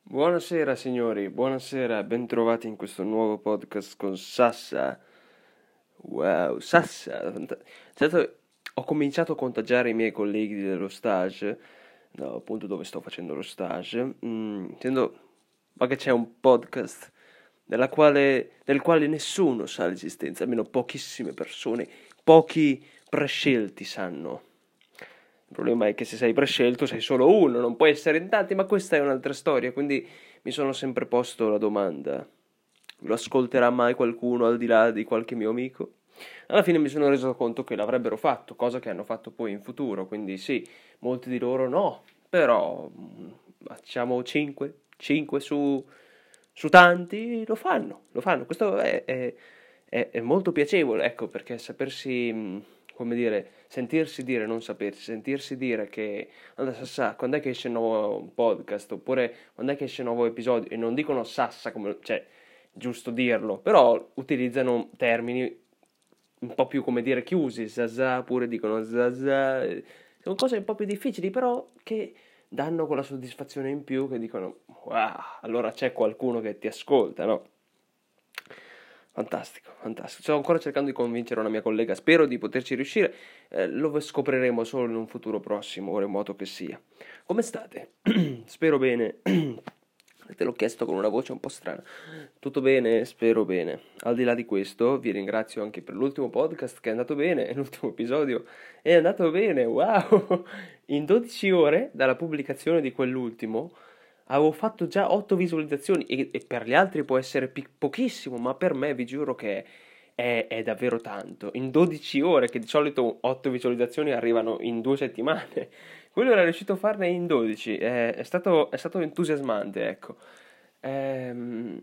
Buonasera signori, buonasera, bentrovati in questo nuovo podcast con Sassa. Wow, Sassa. Certo, ho cominciato a contagiare i miei colleghi dello stage, no, appunto dove sto facendo lo stage, dicendo, ma che c'è un podcast del quale nessuno sa l'esistenza, almeno pochissime persone, pochi prescelti sanno. Il problema è che se sei prescelto sei solo uno, non puoi essere in tanti, ma questa è un'altra storia, quindi mi sono sempre posto la domanda: lo ascolterà mai qualcuno al di là di qualche mio amico? Alla fine mi sono reso conto che l'avrebbero fatto, cosa che hanno fatto poi in futuro, quindi sì, molti di loro no, però facciamo 5 su tanti lo fanno. Questo è molto piacevole, ecco, perché sapersi, come dire, sentirsi dire, non sapersi, sentirsi dire che allora, Sassa, quando è che esce il nuovo podcast, oppure quando è che esce il nuovo episodio, e non dicono Sassa come, cioè, giusto dirlo, però utilizzano termini un po' più, come dire, chiusi, Zazà, pure dicono Zazà, sono cose un po' più difficili, però che danno quella soddisfazione in più che dicono, wow, allora c'è qualcuno che ti ascolta, no? Fantastico, fantastico. Sto ancora cercando di convincere una mia collega, spero di poterci riuscire, lo scopriremo solo in un futuro prossimo, o remoto che sia. Come state? Spero bene. Te l'ho chiesto con una voce un po' strana. Tutto bene? Spero bene. Al di là di questo, vi ringrazio anche per l'ultimo podcast che è andato bene, l'ultimo episodio è andato bene, wow! In 12 ore dalla pubblicazione di quell'ultimo avevo fatto già 8 visualizzazioni e per gli altri può essere pochissimo, ma per me vi giuro che è davvero tanto. In 12 ore, che di solito 8 visualizzazioni arrivano in 2 settimane, quello era riuscito a farne in 12. È stato entusiasmante, ecco. Ehm,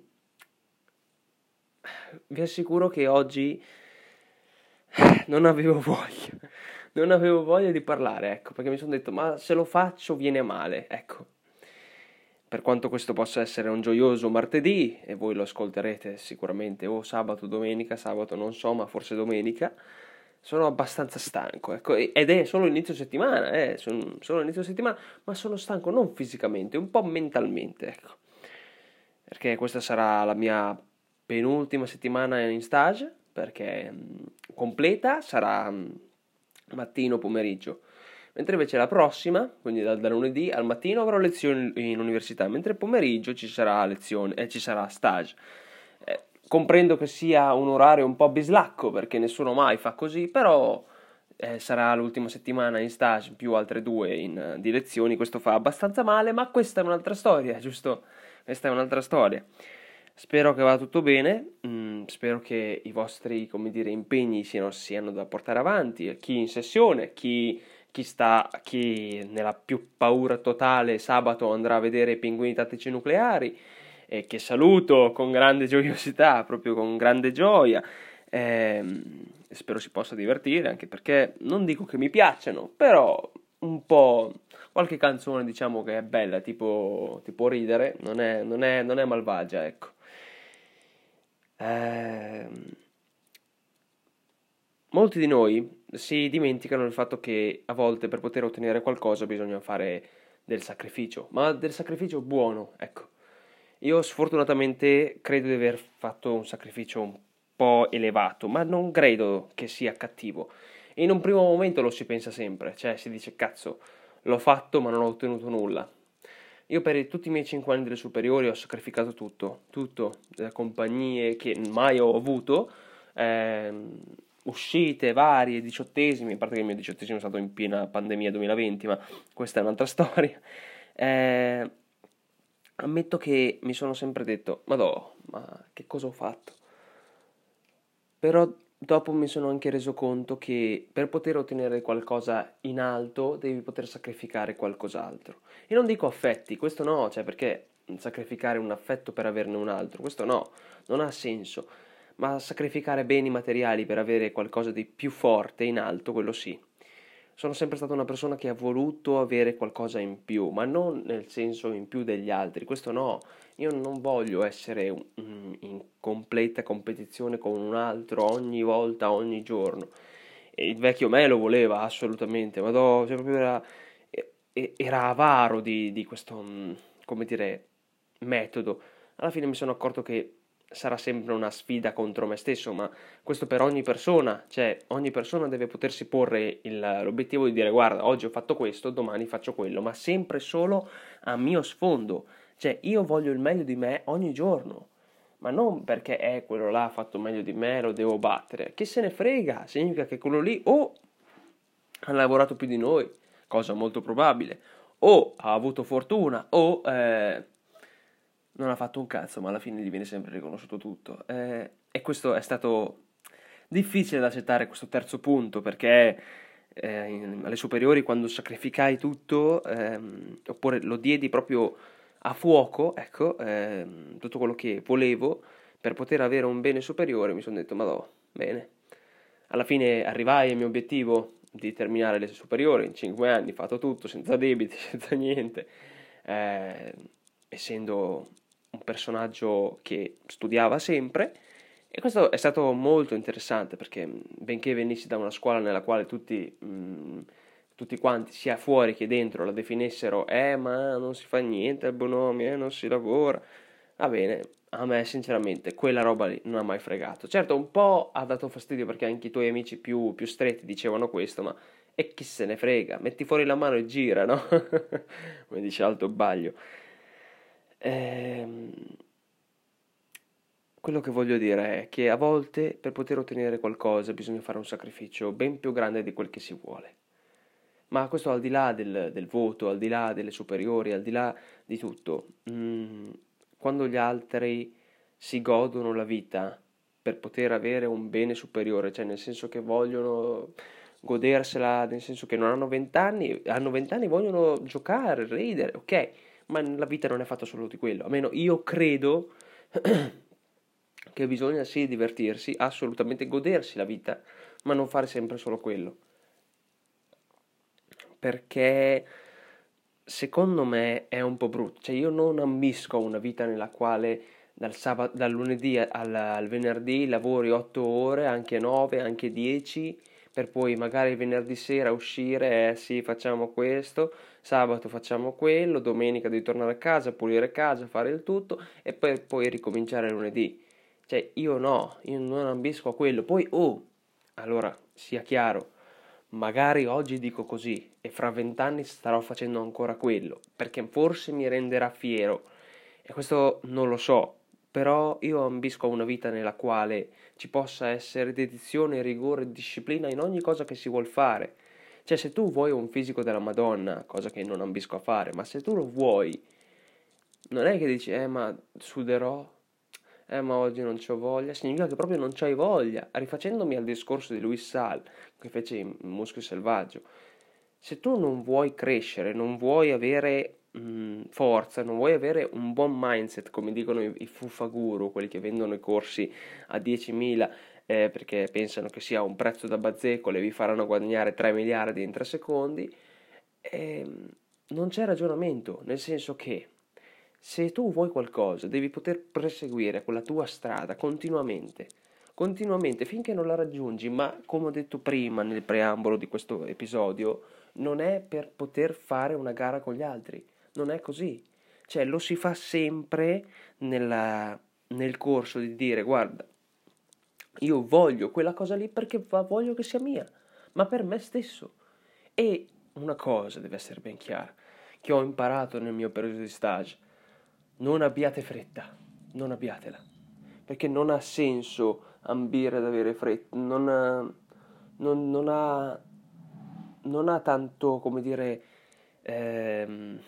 Vi assicuro che oggi non avevo voglia. Non avevo voglia di parlare, ecco, perché mi sono detto, ma se lo faccio viene male, ecco. Per quanto questo possa essere un gioioso martedì, e voi lo ascolterete sicuramente o sabato o domenica, sabato non so, ma forse domenica, sono abbastanza stanco, ecco, ed è solo inizio settimana, solo inizio settimana, ma sono stanco non fisicamente, un po' mentalmente, ecco, perché questa sarà la mia penultima settimana in stage, perché completa sarà mattino pomeriggio. Mentre invece la prossima, quindi da lunedì al mattino avrò lezioni in università, mentre pomeriggio ci sarà lezione, ci sarà stage. Comprendo che sia un orario un po' bislacco perché nessuno mai fa così, però sarà l'ultima settimana in stage più altre 2 di lezioni, questo fa abbastanza male, ma questa è un'altra storia, giusto? Questa è un'altra storia. Spero che vada tutto bene, spero che i vostri, come dire, impegni siano da portare avanti, chi in sessione, chi nella più paura totale sabato andrà a vedere i pinguini tattici nucleari, che saluto con grande gioiosità, proprio con grande gioia. Spero si possa divertire, anche perché non dico che mi piacciono, però un po' qualche canzone diciamo che è bella, tipo ridere, non è malvagia, ecco. Ehm, Molti di noi si dimenticano del fatto che a volte per poter ottenere qualcosa bisogna fare del sacrificio, ma del sacrificio buono, ecco. Io sfortunatamente credo di aver fatto un sacrificio un po' elevato, ma non credo che sia cattivo. E in un primo momento lo si pensa sempre, cioè si dice cazzo, l'ho fatto ma non ho ottenuto nulla. Io per tutti i miei 5 anni delle superiori ho sacrificato tutto, compagnie che mai ho avuto, ehm, uscite varie, diciottesimi, a parte che il mio diciottesimo è stato in piena pandemia 2020, ma questa è un'altra storia. Eh, Ammetto che mi sono sempre detto, Madò, ma che cosa ho fatto? Però dopo mi sono anche reso conto che per poter ottenere qualcosa in alto devi poter sacrificare qualcos'altro. E non dico affetti, questo no, cioè perché sacrificare un affetto per averne un altro, questo no, non ha senso. Ma sacrificare beni materiali per avere qualcosa di più forte in alto, quello sì. Sono sempre stata una persona che ha voluto avere qualcosa in più, ma non nel senso in più degli altri, questo no. Io non voglio essere in completa competizione con un altro ogni volta, ogni giorno. E il vecchio me lo voleva assolutamente, ma cioè proprio era avaro di questo, come dire, metodo. Alla fine mi sono accorto che sarà sempre una sfida contro me stesso, ma questo per ogni persona, cioè ogni persona deve potersi porre l'obiettivo di dire guarda, oggi ho fatto questo, domani faccio quello, ma sempre solo a mio sfondo, cioè io voglio il meglio di me ogni giorno, ma non perché quello là ha fatto meglio di me, lo devo battere, che se ne frega, significa che quello lì o ha lavorato più di noi, cosa molto probabile, o ha avuto fortuna, o non ha fatto un cazzo, ma alla fine gli viene sempre riconosciuto tutto. E questo è stato difficile da accettare, questo terzo punto, perché alle superiori quando sacrificai tutto, oppure lo diedi proprio a fuoco, ecco, tutto quello che volevo per poter avere un bene superiore, mi sono detto, ma no, bene. Alla fine arrivai al mio obiettivo di terminare le superiori in 5 anni, fatto tutto, senza debiti, senza niente, eh, essendo un personaggio che studiava sempre, e questo è stato molto interessante perché benché venissi da una scuola nella quale tutti quanti, sia fuori che dentro, la definissero ma non si fa niente al bonomio, non si lavora, va bene, a me sinceramente quella roba lì non ha mai fregato. Certo, un po' ha dato fastidio perché anche i tuoi amici più stretti dicevano questo, ma e chi se ne frega, metti fuori la mano e gira, no? Come dice Alto Baglio. Ehm, Quello che voglio dire è che a volte per poter ottenere qualcosa bisogna fare un sacrificio ben più grande di quel che si vuole. Ma questo al di là del voto, al di là delle superiori, al di là di tutto. Quando gli altri si godono la vita per poter avere un bene superiore, cioè nel senso che vogliono godersela, nel senso che non hanno 20 anni, vogliono giocare, ridere, ok, ma la vita non è fatta solo di quello. Almeno io credo che bisogna sì divertirsi, assolutamente godersi la vita, ma non fare sempre solo quello. Perché secondo me è un po' brutto, cioè io non ambisco a una vita nella quale dal lunedì al venerdì lavori 8 ore, anche 9, anche 10, per poi magari venerdì sera uscire, sì facciamo questo, sabato facciamo quello, domenica devi tornare a pulire casa, fare il tutto e poi ricominciare lunedì. Cioè io no, io non ambisco a quello, poi allora sia chiaro, magari oggi dico così e fra 20 anni starò facendo ancora quello, perché forse mi renderà fiero. E questo non lo so, però io ambisco a una vita nella quale ci possa essere dedizione, rigore e disciplina in ogni cosa che si vuol fare. Cioè, se tu vuoi un fisico della Madonna, cosa che non ambisco a fare, ma se tu lo vuoi, non è che dici, ma suderò, ma oggi non c'ho voglia, significa che proprio non c'hai voglia. Rifacendomi al discorso di Louis Sall, che fece in Muschio Selvaggio, se tu non vuoi crescere, non vuoi avere forza, non vuoi avere un buon mindset, come dicono i fuffaguru, quelli che vendono i corsi a 10.000 perché pensano che sia un prezzo da bazzecole e vi faranno guadagnare 3 miliardi in 3 secondi, non c'è ragionamento, nel senso che se tu vuoi qualcosa, devi poter proseguire quella tua strada continuamente, continuamente finché non la raggiungi, ma come ho detto prima nel preambolo di questo episodio, non è per poter fare una gara con gli altri, non è così. Cioè lo si fa sempre nel corso di dire guarda, io voglio quella cosa lì perché voglio che sia mia, ma per me stesso. E una cosa deve essere ben chiara, che ho imparato nel mio periodo di stage. Non abbiate fretta, non abbiatela, perché non ha senso ambire ad avere fretta, non ha non ha tanto, come dire, ehm,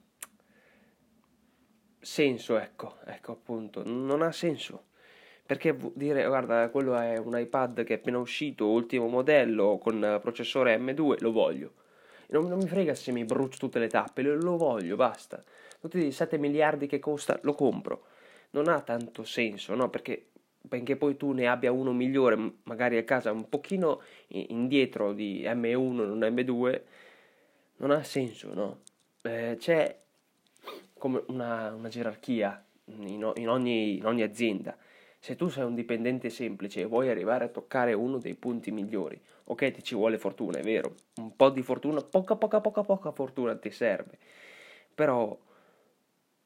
senso, ecco appunto, non ha senso. Perché dire, guarda, quello è un iPad che è appena uscito, ultimo modello, con processore M2, lo voglio. Non mi frega se mi brucio tutte le tappe, lo voglio, basta. Tutti i 7 miliardi che costa, lo compro. Non ha tanto senso, no? Perché benché poi tu ne abbia uno migliore, magari a casa un pochino indietro di M1, non M2, non ha senso, no? C'è come una gerarchia in ogni azienda. Se tu sei un dipendente semplice e vuoi arrivare a toccare uno dei punti migliori, ok, ti ci vuole fortuna, è vero, un po' di fortuna, poca fortuna ti serve, però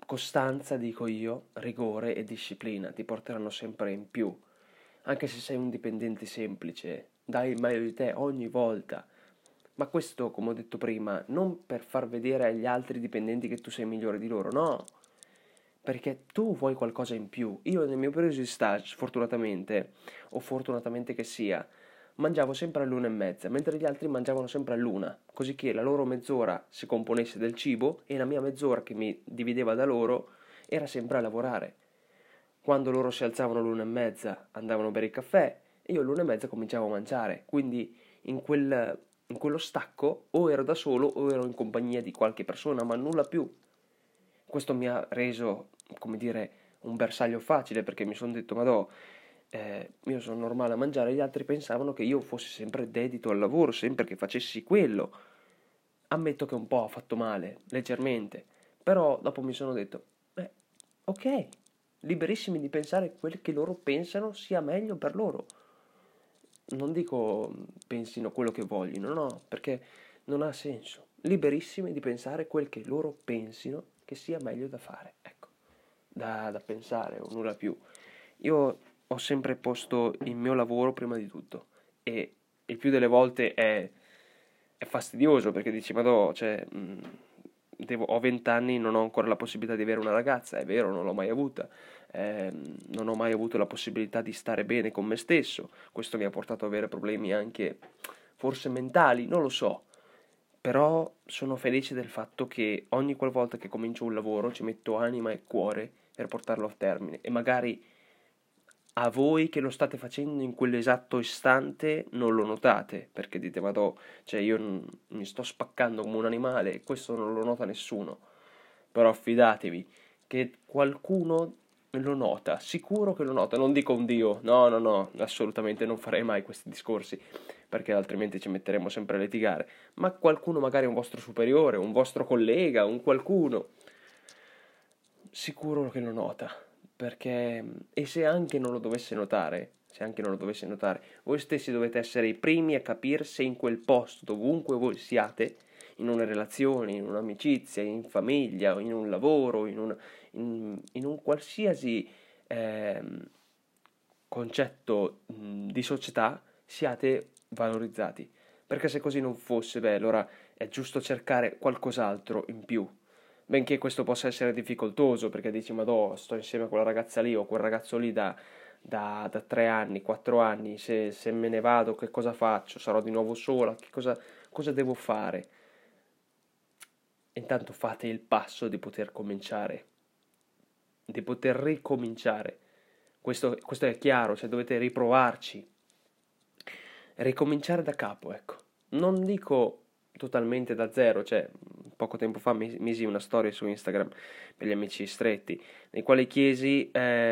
costanza, dico io, rigore e disciplina ti porteranno sempre in più. Anche se sei un dipendente semplice, dai il meglio di te ogni volta. Ma questo, come ho detto prima, non per far vedere agli altri dipendenti che tu sei migliore di loro, no. Perché tu vuoi qualcosa in più. Io nel mio periodo di stage, sfortunatamente, o fortunatamente che sia, mangiavo sempre all'1:30, mentre gli altri mangiavano sempre all'1, così che la loro mezz'ora si componesse del cibo e la mia mezz'ora che mi divideva da loro era sempre a lavorare. Quando loro si alzavano all'1:30 andavano a bere il caffè e io all'1:30 cominciavo a mangiare, quindi in quello stacco o ero da solo o ero in compagnia di qualche persona, ma nulla più. Questo mi ha reso, come dire, un bersaglio facile perché mi sono detto, madò, io sono normale a mangiare, gli altri pensavano che io fossi sempre dedito al lavoro, sempre che facessi quello. Ammetto che un po' ha fatto male, leggermente, però dopo mi sono detto, ok, liberissimi di pensare quel che loro pensano sia meglio per loro. Non dico pensino quello che vogliono, no, perché non ha senso. Liberissimi di pensare quel che loro pensino che sia meglio da fare, ecco, da pensare o nulla più. Io ho sempre posto il mio lavoro prima di tutto e il più delle volte è fastidioso perché dici, madò, cioè, ho 20 anni, non ho ancora la possibilità di avere una ragazza, è vero, non l'ho mai avuta, non ho mai avuto la possibilità di stare bene con me stesso, questo mi ha portato ad avere problemi anche forse mentali, non lo so, però sono felice del fatto che ogni qualvolta che comincio un lavoro ci metto anima e cuore per portarlo a termine e magari a voi che lo state facendo in quell'esatto istante non lo notate, perché dite, madò, cioè io mi sto spaccando come un animale e questo non lo nota nessuno. Però fidatevi che qualcuno lo nota, sicuro che lo nota, non dico un Dio, no, no, no, assolutamente non farei mai questi discorsi, perché altrimenti ci metteremo sempre a litigare, ma qualcuno magari un vostro superiore, un vostro collega, un qualcuno, sicuro che lo nota, perché e se anche non lo dovesse notare, se anche non lo dovesse notare, voi stessi dovete essere i primi a capire se in quel posto, dovunque voi siate, in una relazione, in un'amicizia, in famiglia, in un lavoro, in un qualsiasi ehm, concetto di società, siate valorizzati. Perché se così non fosse, beh, allora è giusto cercare qualcos'altro in più. Benché questo possa essere difficoltoso, perché dici, madò, sto insieme a quella ragazza lì o quel ragazzo lì da 3 anni, 4 anni, se me ne vado che cosa faccio? Sarò di nuovo sola? Cosa devo fare? Intanto fate il passo di poter cominciare, di poter ricominciare. Questo è chiaro, cioè dovete riprovarci, ricominciare da capo, ecco. Non dico totalmente da zero, cioè poco tempo fa misi una storia su Instagram per gli amici stretti, nei quali chiesi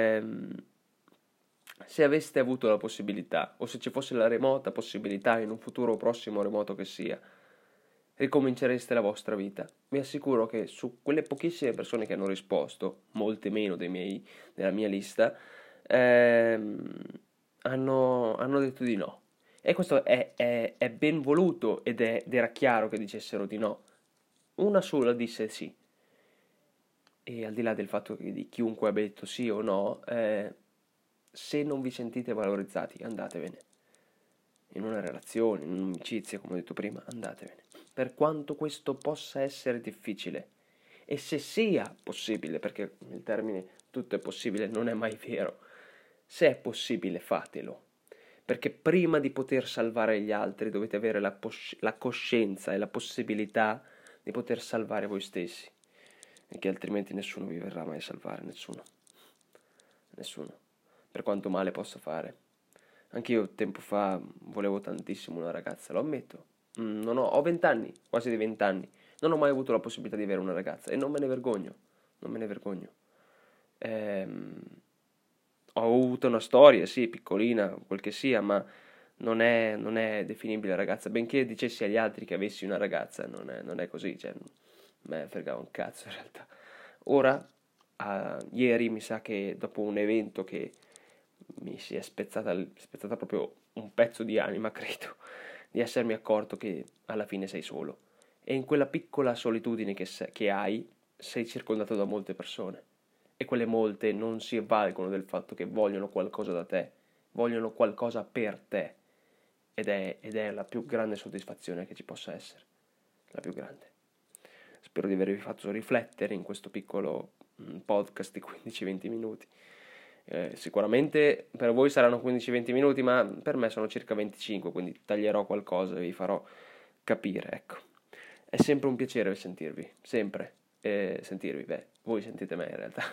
se aveste avuto la possibilità, o se ci fosse la remota possibilità in un futuro prossimo remoto che sia, ricomincereste la vostra vita. Vi assicuro che su quelle pochissime persone che hanno risposto, molte meno della mia lista, ehm, hanno detto di no. E questo è ben voluto ed era chiaro che dicessero di no. Una sola disse sì. E al di là del fatto che di chiunque abbia detto sì o no, se non vi sentite valorizzati, andatevene. In una relazione, in un'amicizia, come ho detto prima, andatevene. Per quanto questo possa essere difficile. E se sia possibile, perché il termine tutto è possibile non è mai vero, se è possibile fatelo. Perché prima di poter salvare gli altri dovete avere la coscienza e la possibilità di poter salvare voi stessi. Perché altrimenti nessuno vi verrà mai a salvare, nessuno. Nessuno. Per quanto male possa fare. Anch'io tempo fa volevo tantissimo una ragazza, lo ammetto. Non ho 20 anni, quasi di 20 anni. Non ho mai avuto la possibilità di avere una ragazza e non me ne vergogno. Non me ne vergogno. Ehm, Ho avuto una storia, sì, piccolina, quel che sia, ma non è definibile ragazza. Benché dicessi agli altri che avessi una ragazza, non è così, cioè, me fregava un cazzo in realtà. Ora, ieri mi sa che dopo un evento che mi si è spezzata proprio un pezzo di anima, credo, di essermi accorto che alla fine sei solo. E in quella piccola solitudine che hai, sei circondato da molte persone e quelle molte non si avvalgono del fatto che vogliono qualcosa da te, vogliono qualcosa per te ed è la più grande soddisfazione che ci possa essere, la più grande. Spero di avervi fatto riflettere in questo piccolo podcast di 15-20 minuti. Sicuramente per voi saranno 15-20 minuti, ma per me sono circa 25, quindi taglierò qualcosa e vi farò capire, ecco. È sempre un piacere sentirvi, sempre. Sentirvi, voi sentite me in realtà.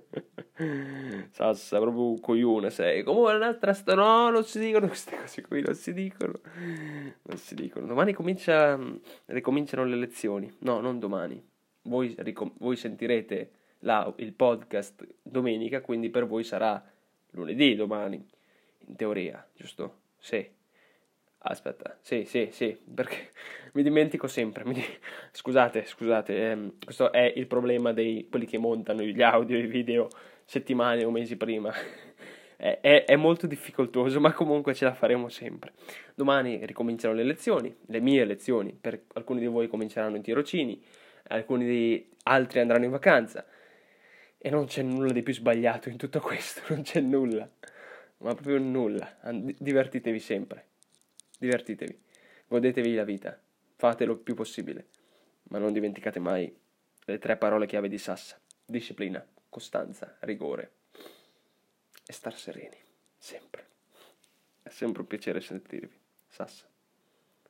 Sassa, proprio un coglione sei. Come un'altra no, non si dicono queste cose qui, non si dicono. Non si dicono. Domani ricominciano le lezioni. No, non domani. Voi sentirete il podcast domenica, quindi per voi sarà lunedì domani, in teoria, giusto? Sì. Aspetta, sì, perché mi dimentico sempre. Scusate, questo è il problema di quelli che montano gli audio e i video settimane o mesi prima. È molto difficoltoso, ma comunque ce la faremo sempre. Domani ricominciano le lezioni, le mie lezioni. Per alcuni di voi cominceranno i tirocini, alcuni di altri andranno in vacanza. E non c'è nulla di più sbagliato in tutto questo, non c'è nulla, ma proprio nulla. Divertitevi sempre. Divertitevi, godetevi la vita, fatelo il più possibile, ma non dimenticate mai le 3 parole chiave di Sassa: disciplina, costanza, rigore e star sereni, sempre. È sempre un piacere sentirvi, Sassa.